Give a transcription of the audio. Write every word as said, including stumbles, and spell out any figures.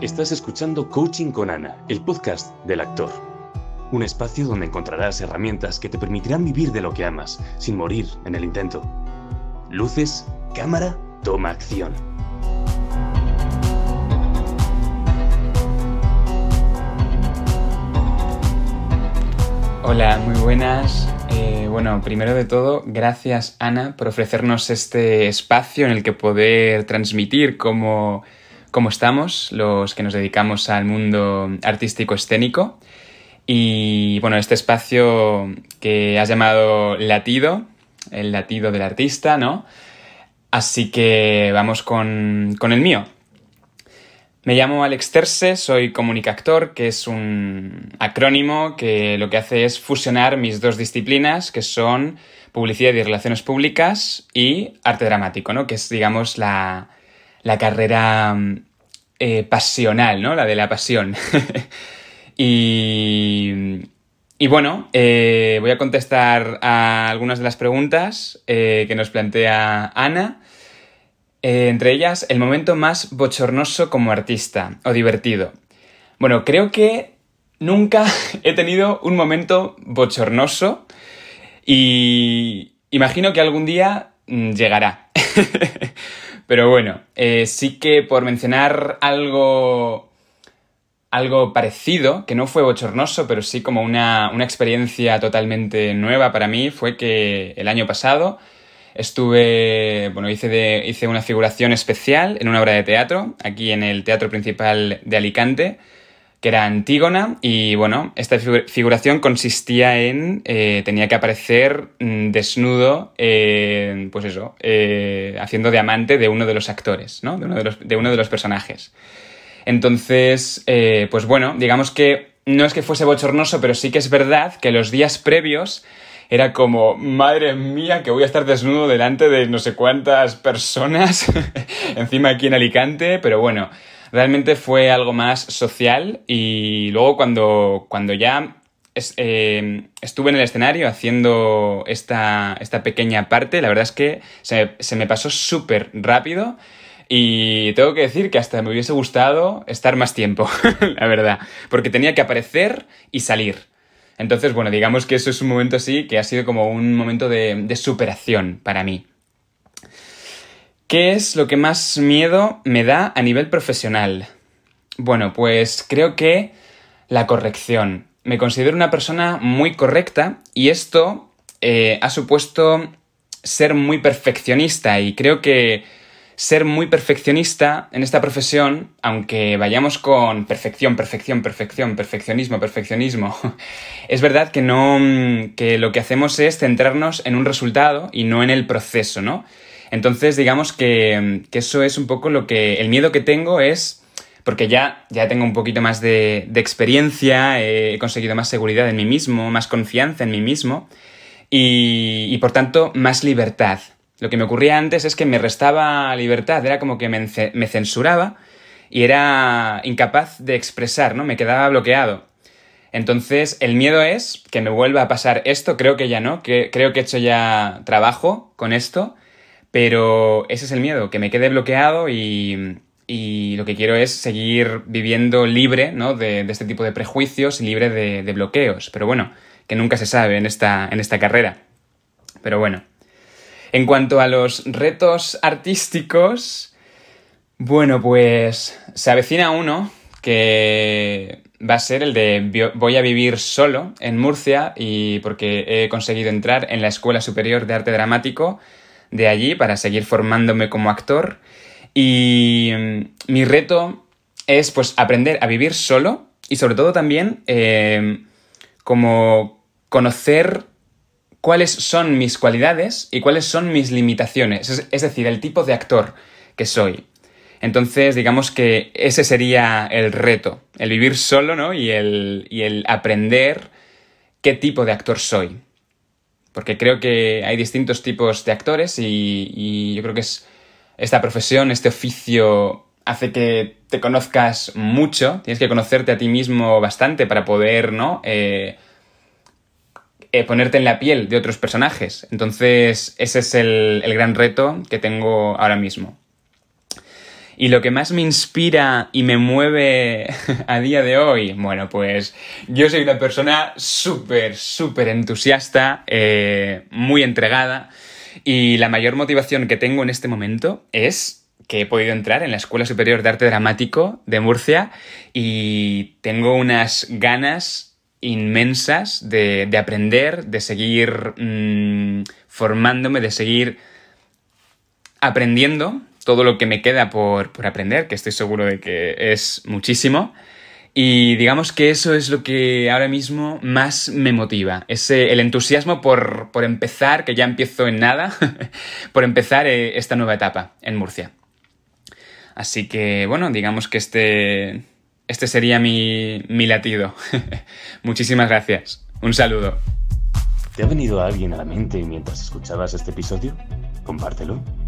Estás escuchando Coaching con Ana, el podcast del actor. Un espacio donde encontrarás herramientas que te permitirán vivir de lo que amas, sin morir en el intento. Luces, cámara, toma acción. Hola, muy buenas. Eh, bueno, primero de todo, gracias Ana por ofrecernos este espacio en el que poder transmitir cómo, cómo estamos los que nos dedicamos al mundo artístico escénico. Y bueno, este espacio que has llamado Latido, el latido del artista, ¿no? Así que vamos con, con el mío. Me llamo Alex Terse, soy comunicactor, que es un acrónimo que lo que hace es fusionar mis dos disciplinas, que son publicidad y relaciones públicas y arte dramático, ¿no? Que es, digamos, la, la carrera eh, pasional, ¿no? La de la pasión. y, y bueno, eh, voy a contestar a algunas de las preguntas eh, que nos plantea Ana. Eh, entre ellas, el momento más bochornoso como artista o divertido. Bueno, creo que nunca he tenido un momento bochornoso y imagino que algún día mmm, llegará. Pero bueno, eh, sí que por mencionar algo, algo parecido, que no fue bochornoso, pero sí como una, una experiencia totalmente nueva para mí, fue que el año pasado Estuve, bueno, hice, de, hice una figuración especial en una obra de teatro, aquí en el Teatro Principal de Alicante, que era Antígona, y bueno, esta figuración consistía en, eh, tenía que aparecer mm, desnudo, eh, pues eso, eh, haciendo de amante de uno de los actores, ¿no? De uno de los, de uno de los personajes. Entonces, eh, pues bueno, digamos que no es que fuese bochornoso, pero sí que es verdad que los días previos era como, madre mía, que voy a estar desnudo delante de no sé cuántas personas, encima aquí en Alicante, pero bueno, realmente fue algo más social y luego cuando, cuando ya es, eh, estuve en el escenario haciendo esta, esta pequeña parte, la verdad es que se, se me pasó súper rápido y tengo que decir que hasta me hubiese gustado estar más tiempo, la verdad, porque tenía que aparecer y salir. Entonces, bueno, digamos que eso es un momento así que ha sido como un momento de, de superación para mí. ¿Qué es lo que más miedo me da a nivel profesional? Bueno, pues creo que la corrección. Me considero una persona muy correcta y esto eh, ha supuesto ser muy perfeccionista y creo que ser muy perfeccionista en esta profesión, aunque vayamos con perfección, perfección, perfección, perfeccionismo, perfeccionismo, es verdad que no, que lo que hacemos es centrarnos en un resultado y no en el proceso, ¿no? Entonces, digamos que, que eso es un poco lo que, el miedo que tengo es, porque ya, ya tengo un poquito más de, de experiencia, he conseguido más seguridad en mí mismo, más confianza en mí mismo y, y por tanto, más libertad. Lo que me ocurría antes es que me restaba libertad, era como que me, me censuraba y era incapaz de expresar, ¿no? Me quedaba bloqueado. Entonces, el miedo es que me vuelva a pasar esto, creo que ya no, que creo que he hecho ya trabajo con esto, pero ese es el miedo, que me quede bloqueado y, y lo que quiero es seguir viviendo libre, ¿no? de, de este tipo de prejuicios y libre de, de bloqueos. Pero bueno, que nunca se sabe en esta, en esta carrera. Pero bueno. En cuanto a los retos artísticos, bueno, pues se avecina uno que va a ser el de voy a vivir solo en Murcia y porque he conseguido entrar en la Escuela Superior de Arte Dramático de allí para seguir formándome como actor y mi reto es pues aprender a vivir solo y sobre todo también eh, como conocer cuáles son mis cualidades y cuáles son mis limitaciones, es, es decir, el tipo de actor que soy. Entonces, digamos que ese sería el reto, el vivir solo, ¿no? Y el, y el aprender qué tipo de actor soy. Porque creo que hay distintos tipos de actores y, y yo creo que es esta profesión, este oficio hace que te conozcas mucho, tienes que conocerte a ti mismo bastante para poder, ¿no? Eh, Eh, ponerte en la piel de otros personajes. Entonces, ese es el, el gran reto que tengo ahora mismo. Y lo que más me inspira y me mueve a día de hoy, bueno, pues yo soy una persona súper, súper entusiasta, eh, muy entregada, y la mayor motivación que tengo en este momento es que he podido entrar en la Escuela Superior de Arte Dramático de Murcia y tengo unas ganas inmensas de, de aprender, de seguir mmm, formándome, de seguir aprendiendo todo lo que me queda por, por aprender, que estoy seguro de que es muchísimo. Y digamos que eso es lo que ahora mismo más me motiva. Ese, el entusiasmo por, por empezar, que ya empiezo en nada, por empezar eh, esta nueva etapa en Murcia. Así que, bueno, digamos que este, este sería mi, mi latido. Muchísimas gracias. Un saludo. ¿Te ha venido alguien a la mente mientras escuchabas este episodio? Compártelo.